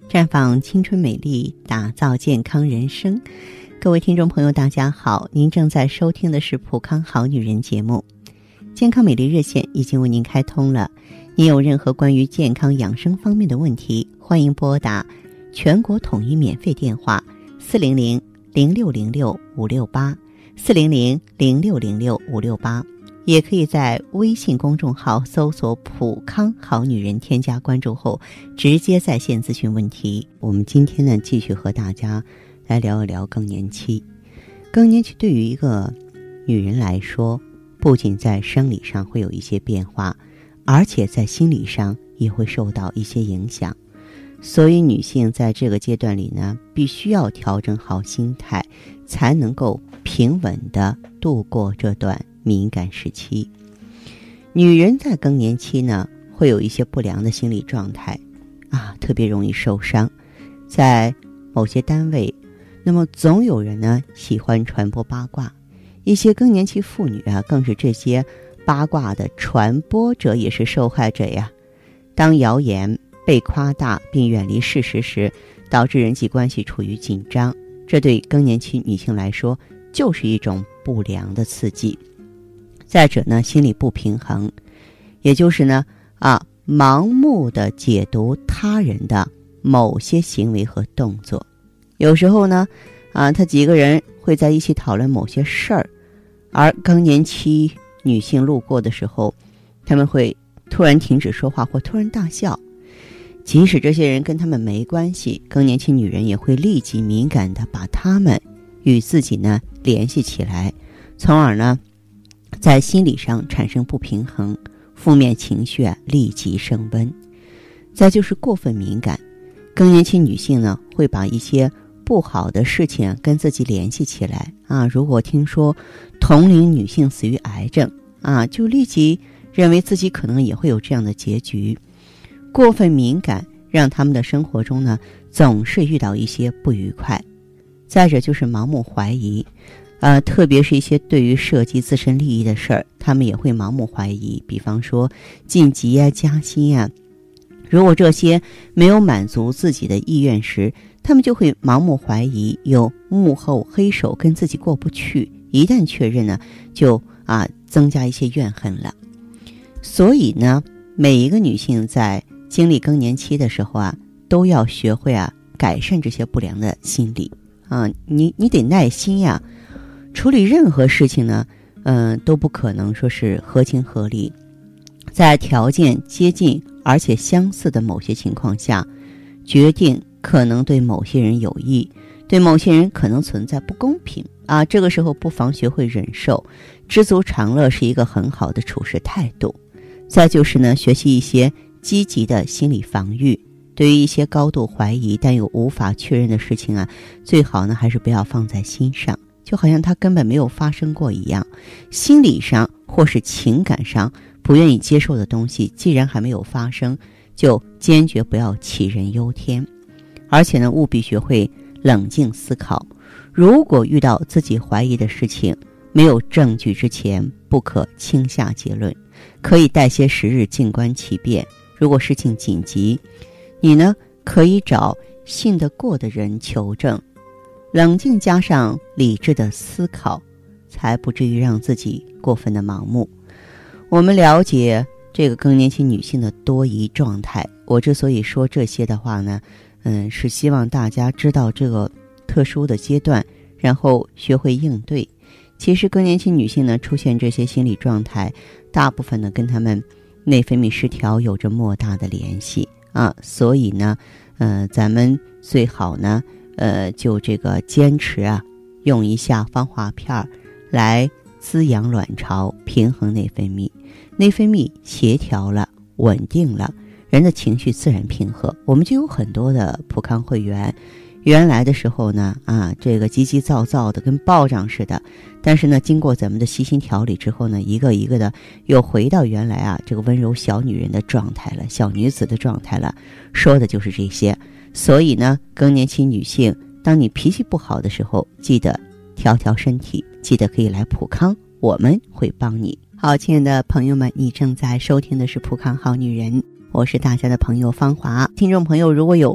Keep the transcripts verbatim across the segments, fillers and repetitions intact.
绽放青春美丽，打造健康人生。各位听众朋友大家好，您正在收听的是普康好女人节目。健康美丽热线已经为您开通了，您有任何关于健康养生方面的问题，欢迎拨打全国统一免费电话四零零零六零六五六八四零零零六零六五六八，也可以在微信公众号搜索普康好女人，添加关注后直接在线咨询问题。我们今天呢继续和大家来聊一聊更年期。更年期对于一个女人来说，不仅在生理上会有一些变化，而且在心理上也会受到一些影响。所以女性在这个阶段里呢，必须要调整好心态，才能够平稳地度过这段敏感时期。女人在更年期呢，会有一些不良的心理状态啊，特别容易受伤。在某些单位，那么总有人呢喜欢传播八卦，一些更年期妇女啊，更是这些八卦的传播者，也是受害者呀。当谣言被夸大并远离事实时，导致人际关系处于紧张，这对更年期女性来说就是一种不良的刺激。再者呢，心理不平衡，也就是呢啊，盲目的解读他人的某些行为和动作。有时候呢啊，他几个人会在一起讨论某些事儿，而更年期女性路过的时候，他们会突然停止说话或突然大笑。即使这些人跟他们没关系，更年期女人也会立即敏感地把他们与自己呢联系起来，从而呢在心理上产生不平衡，负面情绪啊立即升温。再就是过分敏感，更年期女性呢会把一些不好的事情跟自己联系起来啊，如果听说同龄女性死于癌症啊，就立即认为自己可能也会有这样的结局。过分敏感让他们的生活中呢总是遇到一些不愉快。再者就是盲目怀疑，呃，特别是一些对于涉及自身利益的事儿，他们也会盲目怀疑。比方说晋级呀、加薪呀，如果这些没有满足自己的意愿时，他们就会盲目怀疑有幕后黑手跟自己过不去。一旦确认呢，就啊增加一些怨恨了。所以呢，每一个女性在经历更年期的时候啊，都要学会啊改善这些不良的心理啊，你你得耐心呀。处理任何事情呢，嗯、呃，都不可能说是合情合理。在条件接近而且相似的某些情况下，决定可能对某些人有益，对某些人可能存在不公平啊。这个时候不妨学会忍受，知足常乐是一个很好的处事态度。再就是呢，学习一些积极的心理防御，对于一些高度怀疑但又无法确认的事情啊，最好呢还是不要放在心上，就好像它根本没有发生过一样。心理上或是情感上不愿意接受的东西，既然还没有发生，就坚决不要杞人忧天。而且呢，务必学会冷静思考，如果遇到自己怀疑的事情，没有证据之前不可轻下结论，可以待些时日静观其变。如果事情紧急，你呢可以找信得过的人求证，冷静加上理智的思考，才不至于让自己过分的盲目。我们了解这个更年期女性的多疑状态，我之所以说这些的话呢，嗯，是希望大家知道这个特殊的阶段，然后学会应对。其实更年期女性呢出现这些心理状态，大部分呢跟她们内分泌失调有着莫大的联系啊，所以呢，呃，咱们最好呢，呃，就这个坚持啊，用一下芳华片来滋养卵巢，平衡内分泌，内分泌协调了，稳定了，人的情绪自然平和。我们就有很多的普康会员，原来的时候呢，啊，这个急急躁躁的跟暴涨似的，但是呢，经过咱们的悉心调理之后呢，一个一个的又回到原来啊这个温柔小女人的状态了，小女子的状态了，说的就是这些。所以呢，更年期女性，当你脾气不好的时候，记得调调身体，记得可以来普康，我们会帮你。好，亲爱的朋友们，你正在收听的是普康好女人，我是大家的朋友芳华。听众朋友，如果有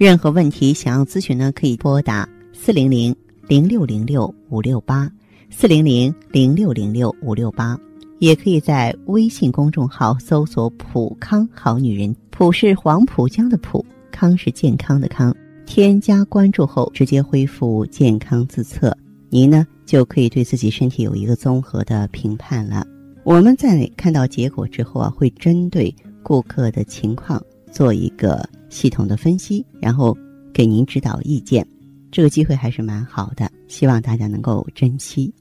任何问题想要咨询呢，可以拨打四零零零六零六五六八四零零零六零六五六八，也可以在微信公众号搜索普康好女人，普是黄浦江的浦，康是健康的康，添加关注后直接恢复健康自测，您呢就可以对自己身体有一个综合的评判了。我们在看到结果之后啊，会针对顾客的情况做一个系统的分析，然后给您指导意见，这个机会还是蛮好的，希望大家能够珍惜。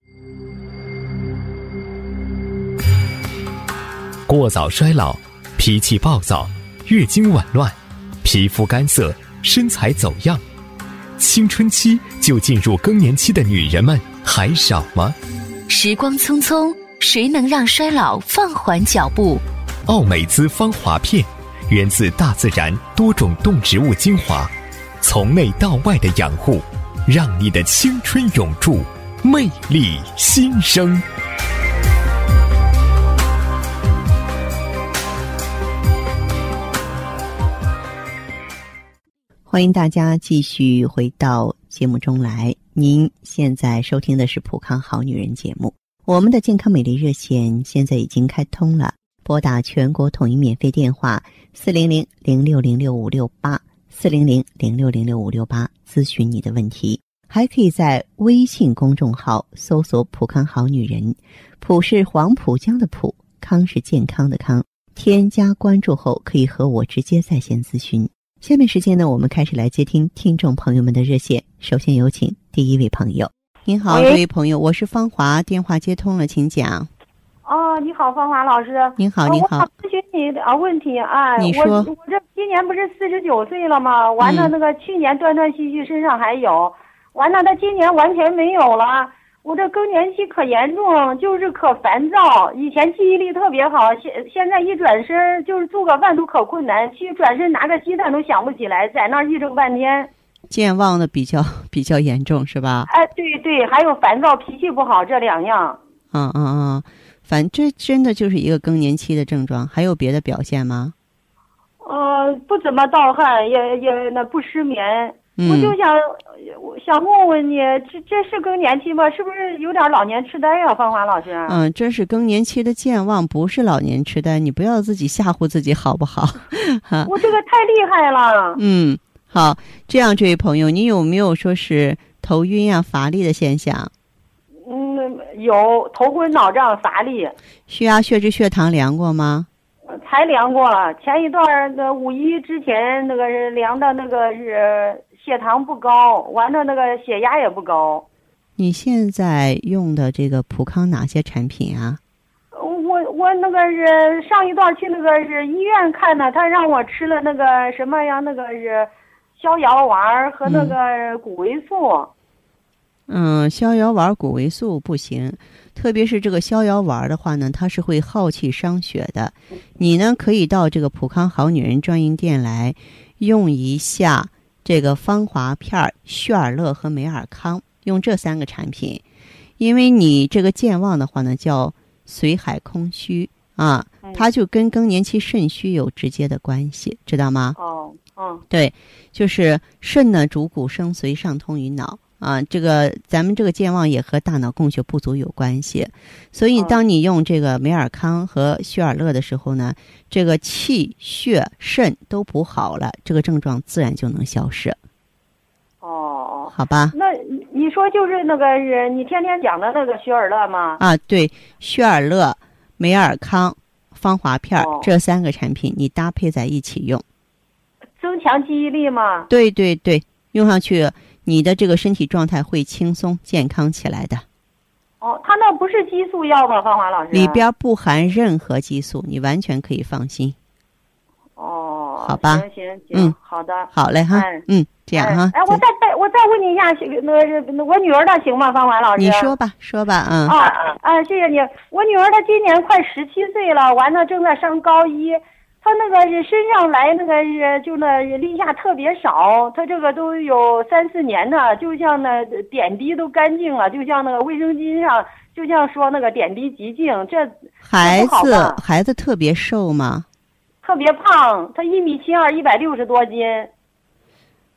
过早衰老、脾气暴躁、月经紊乱、皮肤干涩、身材走样，青春期就进入更年期的女人们还少吗？ 时光匆匆，谁能让衰老放缓脚步？ 奥美姿芳华片源自大自然多种动植物精华，从内到外的养护，让你的青春永驻，魅力新生。 欢迎大家继续回到节目中来，您现在收听的是普康好女人节目。我们的健康美丽热线现在已经开通了，拨打全国统一免费电话四零零零六零六五六八四零零零六零六五六八咨询你的问题，还可以在微信公众号搜索普康好女人，普是黄浦江的浦，康是健康的康，添加关注后可以和我直接在线咨询。下面时间呢，我们开始来接听听众朋友们的热线。首先有请第一位朋友。您好，这位朋友，我是芳华，电话接通了，请讲。 哦，你好，芳华老师。 您好，您好。 我想咨询你点问题啊。 你说。 我我这今年不是四十九岁了吗？完了，那个去年断断续续身上还有，嗯、完了，他今年完全没有了。我这更年期可严重，就是可烦躁。以前记忆力特别好，现现在一转身就是做个饭都可困难，去转身拿个鸡蛋都想不起来，在那儿一整半天。 健忘的比较比较严重是吧？ 哎，对对，还有烦躁、脾气不好这两样。 嗯嗯嗯，反正这真的就是一个更年期的症状，还有别的表现吗？ 呃，不怎么盗汗，也也那不失眠。 嗯、 我就想，我想问问你，这这是更年期吗？是不是有点老年痴呆呀、啊，芳华老师？ 嗯，这是更年期的健忘，不是老年痴呆，你不要自己吓唬自己好不好？ 我这个太厉害了。 嗯，好，这样这位朋友，你有没有说是头晕啊、乏力的现象？ 嗯，有头昏脑胀、乏力。 血压、血脂、血糖量过吗？ 才量过了，前一段那五一之前那个量的那个是血糖不高，完了那个血压也不高。 你现在用的这个普康哪些产品啊？ 我我那个是上一段去那个是医院看的，他让我吃了那个什么呀，那个是逍遥丸和那个谷维素。 嗯，逍遥丸、谷维素不行，特别是这个逍遥丸的话呢，它是会耗气伤血的。你呢可以到这个普康好女人专营店来用一下这个芳华片、血尔乐和美尔康，用这三个产品。因为你这个健忘的话呢叫髓海空虚啊，它就跟更年期肾虚有直接的关系，知道吗？ 哦，嗯， 对，就是肾呢主骨生髓，上通于脑。啊，这个咱们这个健忘也和大脑供血不足有关系，所以当你用这个美尔康和血尔乐的时候呢，这个气血肾都补好了，这个症状自然就能消失。 哦， 好吧。 那你说就是那个是你天天讲的那个血尔乐吗？ 啊，对，血尔乐、美尔康、芳华片、哦、这三个产品你搭配在一起用， 增强记忆力吗？ 对对对，用上去。你的这个身体状态会轻松健康起来的。 哦，它那不是激素药吗，芳华老师？ 里边不含任何激素，你完全可以放心。 哦， 好吧， 行行行，嗯，好的， 好嘞哈，哎、嗯，这样哈。 哎，我再再我再问你一下，那个我女儿的行吗，芳华老师？ 你说吧，说吧，嗯。 啊啊，谢谢你。我女儿她今年快十七岁了，完了正在上高一。他那个是身上来那个是就那例假特别少，他这个都有三四年呢，就像那点滴都干净了，就像那个卫生巾上，就像说那个点滴极净。这孩子孩子特别瘦吗？ 特别胖，他一米七二，一百六十多斤。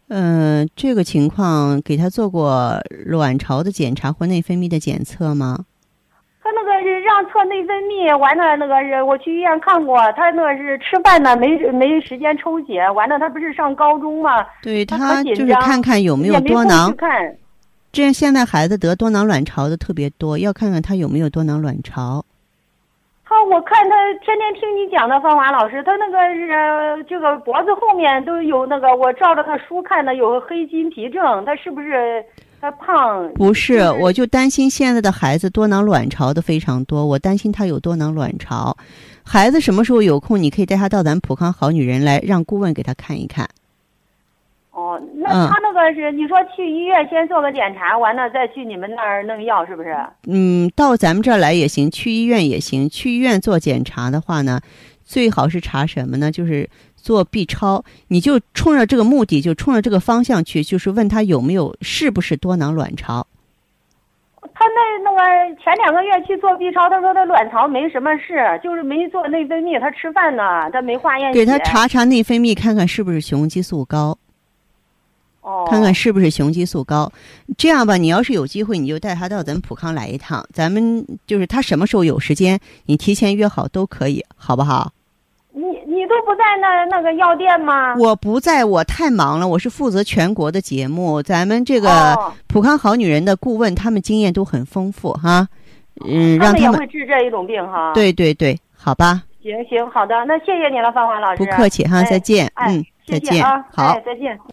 嗯、呃，这个情况给他做过卵巢的检查或内分泌的检测吗？ 他那个是让测内分泌，完了那个是我去医院看过，他那个是吃饭呢没没时间抽血，完了他不是上高中吗？ 对，他就是看看有没有多囊。 看， 这样现在孩子得多囊卵巢的特别多，要看看他有没有多囊卵巢。 他我看他天天听你讲的芳华老师，他那个是这个脖子后面都有那个，我照着他书看的有个黑金皮症，他是不是？他胖不是，我就担心现在的孩子多囊卵巢的非常多，我担心他有多囊卵巢。孩子什么时候有空，你可以带他到咱普康好女人来，让顾问给他看一看。 哦，那他那个是、嗯、你说去医院先做个检查，完了再去你们那儿弄药，是不是？ 嗯，到咱们这儿来也行，去医院也行。去医院做检查的话呢，最好是查什么呢？就是做 B 超，你就冲着这个目的，就冲着这个方向去，就是问他有没有是不是多囊卵巢。 他那那个前两个月去做 B 超，他说他卵巢没什么事，就是没做内分泌，他吃饭呢，他没化验血。 给他查查内分泌，看看是不是雄激素高。 哦， 看看是不是雄激素高。这样吧，你要是有机会，你就带他到咱们普康来一趟，咱们就是他什么时候有时间，你提前约好都可以，好不好？ 你你都不在那那个药店吗？ 我不在，我太忙了，我是负责全国的节目。咱们这个普康好女人的顾问，他们经验都很丰富哈。嗯，让他们也会治这一种病哈。 对对对，好吧。 行行，好的，那谢谢你了，芳华老师。 不客气哈， 哎、 再见。 哎、 嗯， 再见啊， 好、 哎，再见。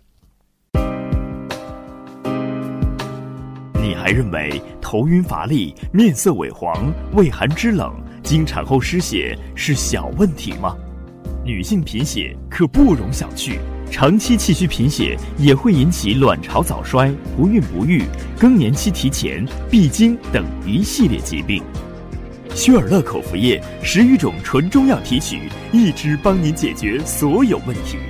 你还认为头晕乏力、面色萎黄、畏寒肢冷、经产后失血是小问题吗？女性贫血可不容小觑，长期气虚贫血也会引起卵巢早衰、不孕不育、更年期提前、闭经等一系列疾病。薛尔乐口服液十余种纯中药提取，一支帮您解决所有问题。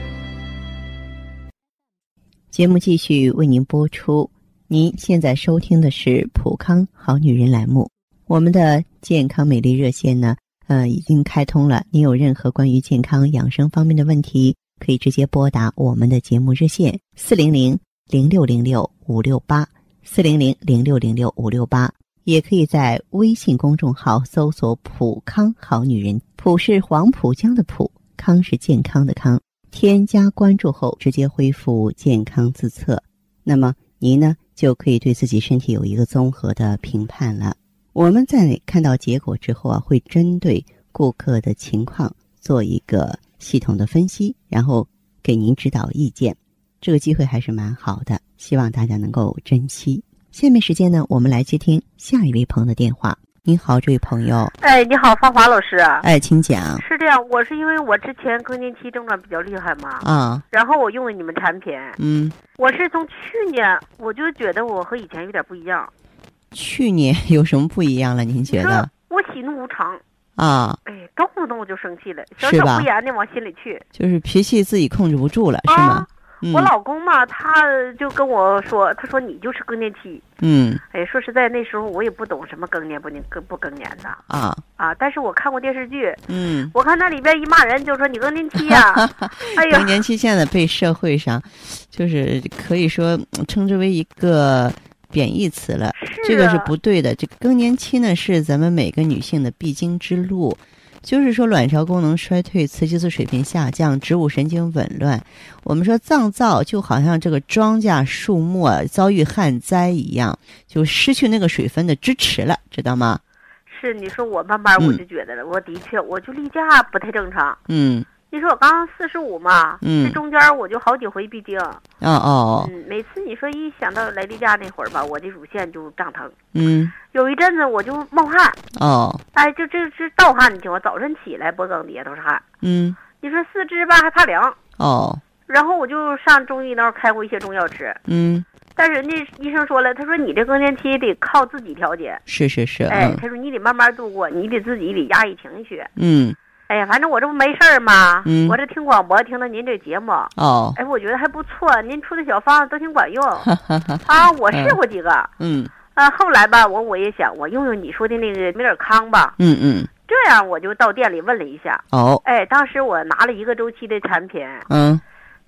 节目继续为您播出。您现在收听的是普康好女人栏目，我们的健康美丽热线呢，呃，已经开通了。您有任何关于健康养生方面的问题，可以直接拨打我们的节目热线四零零零六零六五六八四零零零六零六五六八，也可以在微信公众号搜索普康好女人，普是黄浦江的浦，康是健康的康，添加关注后直接恢复健康自测，那么您呢就可以对自己身体有一个综合的评判了。我们在看到结果之后啊，会针对顾客的情况做一个系统的分析，然后给您指导意见。这个机会还是蛮好的，希望大家能够珍惜。下面时间呢，我们来接听下一位朋友的电话。您好，这位朋友。 哎，你好，芳华老师。 哎，请讲。 是这样，我是因为我之前更年期症状比较厉害嘛，啊，然后我用了你们产品， 嗯， 我是从去年我就觉得我和以前有点不一样。 去年有什么不一样了？您觉得？ 我喜怒无常啊， 哎，动不动我就生气了，小手不严的往心里去， 就是脾气自己控制不住了，是吗？ 啊我老公嘛，他就跟我说，他说你就是更年期。 嗯， 哎，说实在，那时候我也不懂什么更年不年更不更年的啊啊！但是我看过电视剧， 嗯， 我看那里边一骂人就说你更年期呀、啊，哎呀， 更年期现在被社会上就是可以说称之为一个贬义词了， 是这个是不对的。这个更年期呢，是咱们每个女性的必经之路。就是说卵巢功能衰退，雌激素水平下降，植物神经紊乱。我们说脏燥就好像这个庄稼树木啊遭遇旱灾一样，就失去那个水分的支持了，知道吗？ 是，你说我慢慢我就觉得了，嗯、我的确我就例假不太正常。 嗯。 你说我刚四十五嘛， 嗯， 这中间我就好几回闭经。 哦哦。 嗯，每次你说一想到来例假那会儿吧，我的乳腺就胀疼。 嗯。 有一阵子我就冒汗。 哦。 哎，就这是盗汗情况，早晨起来脖梗底下都是汗。 嗯。 你说四肢吧还怕凉。 哦。 然后我就上中医那儿开过一些中药吃。 嗯。 但是人家医生说了，他说你这更年期得靠自己调节。 是是是。 哎， 嗯、 他说你得慢慢度过，你得自己得压抑情绪。 嗯。 哎呀，反正我这不没事儿嘛， 嗯， 我这听广播，听到您这节目， 哦， 哎，我觉得还不错，您出的小方子都挺管用，啊，我试过几个， 嗯， 啊，后来吧，我我也想，我用用你说的那个美尔康吧， 嗯嗯， 这样我就到店里问了一下， 哦， 哎，当时我拿了一个周期的产品， 嗯，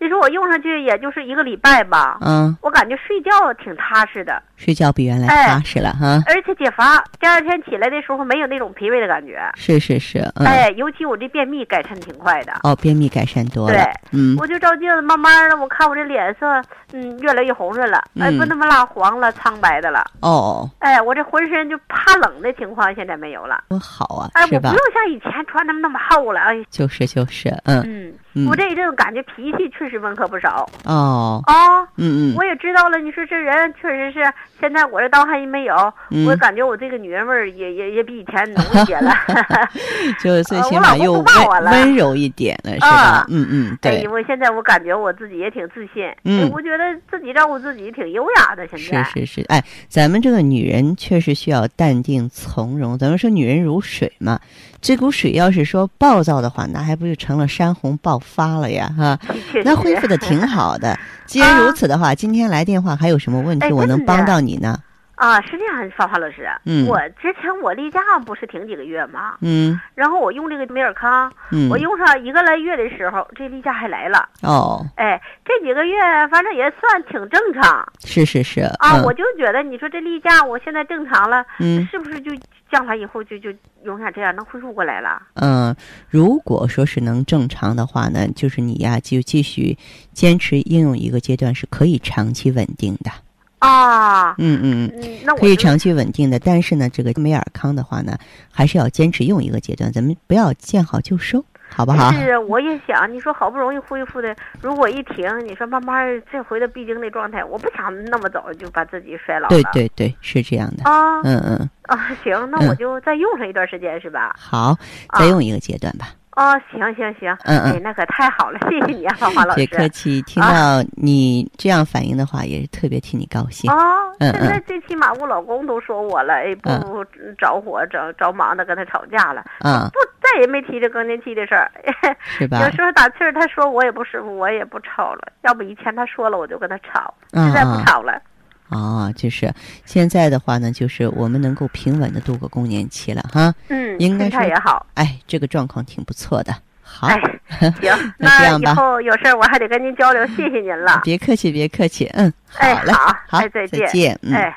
你说我用上去也就是一个礼拜吧， 嗯， 我感觉睡觉挺踏实的， 睡觉比原来踏实了哈、 哎，而且解乏，第二天起来的时候没有那种疲惫的感觉。 是是是，嗯、 哎，尤其我这便秘改善挺快的。 哦，便秘改善多了。 对， 嗯， 我就照镜子，慢慢的，我看我这脸色，嗯，越来越红润了，哎，不那么蜡黄了，苍白的了。 哦， 哎，我这浑身就怕冷的情况现在没有了。 多好啊， 哎， 是吧？ 我不用像以前穿那么那么厚了，哎。 就是就是，嗯嗯。嗯，我这一阵感觉脾气确实温和不少。 哦啊， 嗯嗯， 我也知道了。你说这人确实是，现在我这刀还一没有，嗯、我感觉我这个女人味儿也也也比以前浓一些了。 就最起码又温温柔一点了，是吧？ 啊、 嗯嗯，对。 因为现在我感觉我自己也挺自信，嗯，我觉得自己照顾自己挺优雅的。现在是是是，哎，咱们这个女人确实需要淡定从容。咱们说女人如水嘛，这股水要是说暴躁的话，那还不就成了山洪爆发了呀？哈，那恢复的挺好的。既然如此的话，啊、今天来电话还有什么问题我能帮到你呢？ 啊，是这样，芳华老师， 嗯， 我之前我例假不是停几个月吗？ 嗯， 然后我用这个美尔康，嗯，我用上一个来月的时候，这例假还来了。 哦， 哎，这几个月反正也算挺正常。 是是是。 啊， 嗯、 我就觉得你说这例假我现在正常了， 嗯， 是不是就将来以后就就永远这样能恢复过来了？ 嗯，如果说是能正常的话呢，就是你呀就继续坚持应用一个阶段是可以长期稳定的。 啊， 嗯嗯嗯，那我可以长期稳定的，但是呢，这个美尔康的话呢，还是要坚持用一个阶段，咱们不要见好就收，好不好？ 是，我也想，你说好不容易恢复的，如果一停，你说慢慢这回的必经的状态，我不想那么早就把自己衰老了。 对对对，是这样的啊， 嗯嗯啊，行，那我就再用上一段时间，嗯、是吧？ 好，再用一个阶段吧。 哦，行行行， 嗯嗯， 哎，那可太好了，谢谢你啊，芳华老师。 别客气，听到你这样反应的话，也是特别替你高兴。 啊， 嗯现在最起码我老公都说我了，哎，不着火着着忙的跟他吵架了， 嗯， 不再也没提这更年期的事儿， 是吧？ 有时候打气儿，他说我也不舒服，我也不吵了，要不以前他说了我就跟他吵，现在不吵了。 哦，就是现在的话呢，就是我们能够平稳的度过更年期了哈。 嗯， 应该是也好。 哎，这个状况挺不错的。好， 哎，行， 那这样吧。 以后有事儿我还得跟您交流，谢谢您了。 别客气，别客气。嗯，好嘞， 哎、好， 好， 哎、再见。 再见。嗯。 哎，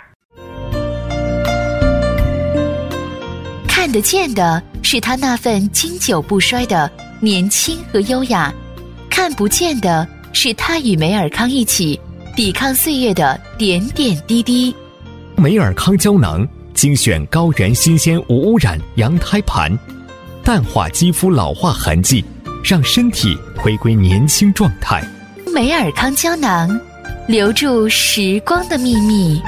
看得见的是他那份经久不衰的年轻和优雅，看不见的是他与美尔康一起抵抗岁月的点点滴滴。 美尔康胶囊精选高原新鲜无污染羊胎盘，淡化肌肤老化痕迹，让身体回归年轻状态。 美尔康胶囊，留住时光的秘密。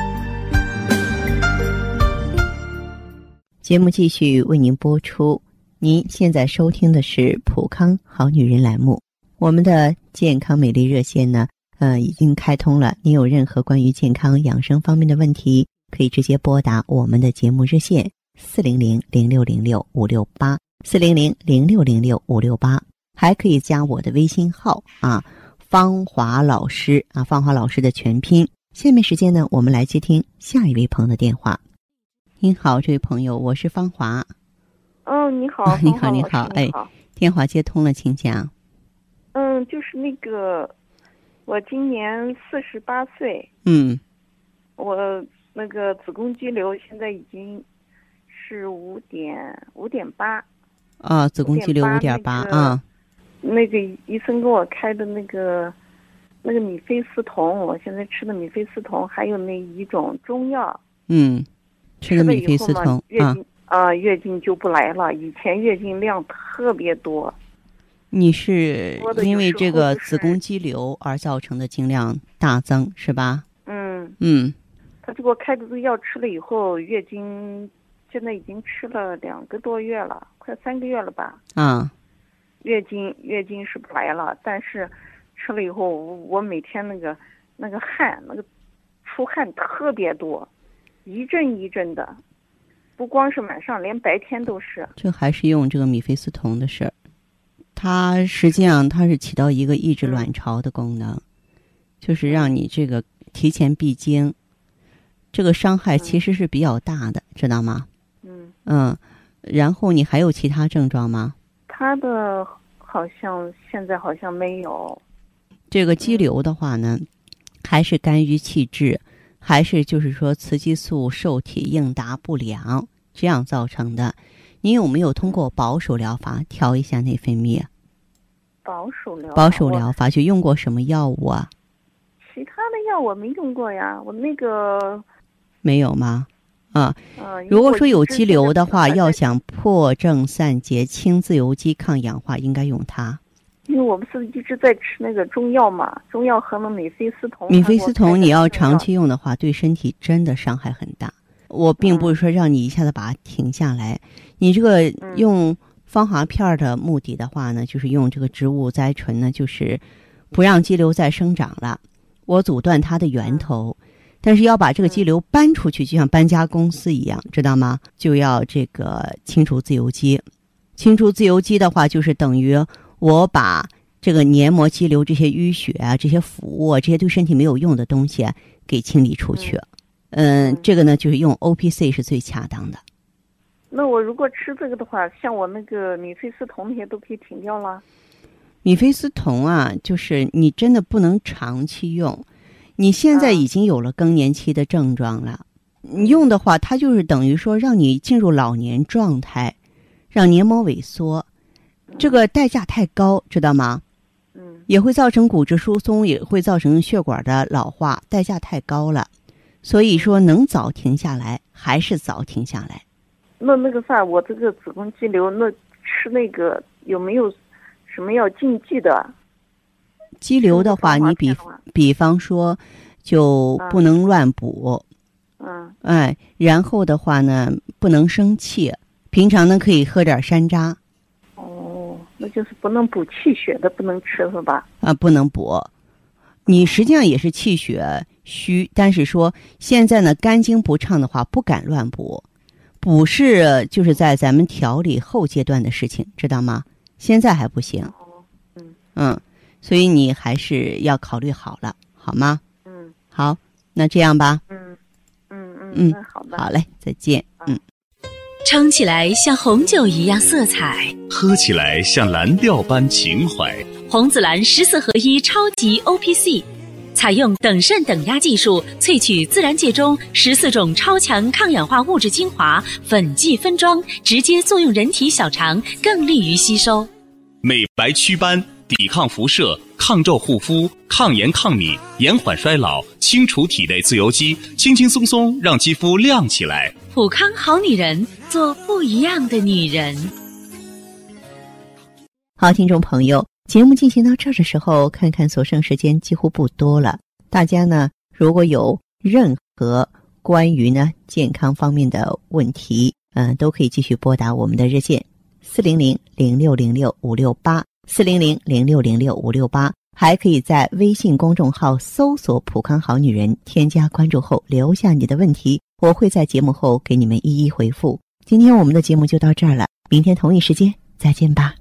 节目继续为您播出，您现在收听的是普康好女人栏目。我们的健康美丽热线呢，呃，已经开通了。您有任何关于健康养生方面的问题，可以直接拨打我们的节目热线四零零零六零六五六八四零零零六零六五六八，还可以加我的微信号啊，芳华老师啊，芳华老师的全拼。下面时间呢，我们来接听下一位朋友的电话。您好，这位朋友，我是芳华。 嗯，你好， 你好，你好，哎，电话接通了，请讲。 嗯，就是那个，我今年四十八岁。 嗯。 我那个子宫肌瘤现在已经是五点五点八。 啊，子宫肌瘤五点八啊。 那个医生给我开的那个那个米非司酮，我现在吃的米非司酮，还有那一种中药。 嗯。吃的米非司酮月经啊、呃，月经就不来了。以前月经量特别多。 你是因为这个子宫肌瘤而造成的经量大增，是吧？ 嗯嗯。 他就给我开的这个药吃了以后，月经现在已经吃了两个多月了，快三个月了吧？ 啊。 月经月经是不来了，但是吃了以后，我每天那个那个汗，那个出汗特别多。一阵一阵的，不光是晚上，连白天都是。 这还是用这个米非司酮的事儿，它实际上它是起到一个抑制卵巢的功能，嗯、就是让你这个提前闭经，这个伤害其实是比较大的，嗯、知道吗？ 嗯嗯，然后你还有其他症状吗？ 他的好像现在好像没有。 这个肌瘤的话呢，还是肝郁气滞，还是就是说雌激素受体应答不良这样造成的。你有没有通过保守疗法调一下内分泌？ 保守疗法保守疗法就用过什么药物啊？ 其他的药我没用过呀，我那个没有吗？啊， 呃， 如果说有肌瘤的话，要想。 想破症散结、清自由基、抗氧化，应该用它。 因为我们是一直在吃那个中药嘛，中药和那米非司酮。 米非司酮你要长期用的话，对身体真的伤害很大。我并不是说让你一下子把它停下来，嗯、你这个用芳华片的目的的话呢，就是用这个植物甾醇呢，就是不让肌瘤再生长了，我阻断它的源头。嗯，但是要把这个肌瘤搬出去，就像搬家公司一样，知道吗？就要这个清除自由基。清除自由基的话，就是等于我把这个黏膜肌瘤、这些淤血啊、这些腐物啊、这些对身体没有用的东西啊，给清理出去。嗯，嗯这个呢，就是用 O P C 是最恰当的。 那我如果吃这个的话，像我那个米非司酮那些都可以停掉了。 米非司酮啊，就是你真的不能长期用。你现在已经有了更年期的症状了，你用的话，它就是等于说让你进入老年状态，让黏膜萎缩，这个代价太高，知道吗？嗯，也会造成骨质疏松，也会造成血管的老化，代价太高了。所以说，能早停下来还是早停下来。 那那个啥，我这个子宫肌瘤，那吃那个有没有什么要禁忌的？ 肌瘤的话，你比比方说就不能乱补，嗯，哎，然后的话呢，不能生气，平常呢可以喝点山楂。 哦，那就是不能补气血的，不能吃是吧？ 啊，不能补。你实际上也是气血虚，但是说现在呢肝经不畅的话，不敢乱补，补是就是在咱们调理后阶段的事情，知道吗？现在还不行。 哦，嗯嗯。所以你还是要考虑好了，好吗？ 嗯， 好，那这样吧。 嗯嗯嗯嗯， 好的， 好嘞，再见。嗯， 撑起来像红酒一样色彩， 喝起来像蓝调般情怀。 红紫蓝十四合一超级 O P C， 采用等渗等压技术萃取自然界中十四种超强抗氧化物质精华，粉剂分装，直接作用人体小肠，更利于吸收。 美白祛斑，抵抗辐射，抗皱护肤，抗炎抗敏，延缓衰老，清除体内自由基，轻轻松松让肌肤亮起来。 普康好女人，做不一样的女人。 好，听众朋友，节目进行到这儿的时候，看看所剩时间几乎不多了。大家呢，如果有任何关于呢健康方面的问题，嗯、呃，都可以继续拨打我们的热线四零零零六零六五六八。四零零零六零六五六八，还可以在微信公众号搜索普康好女人，添加关注后留下你的问题，我会在节目后给你们一一回复。今天我们的节目就到这儿了，明天同一时间再见吧。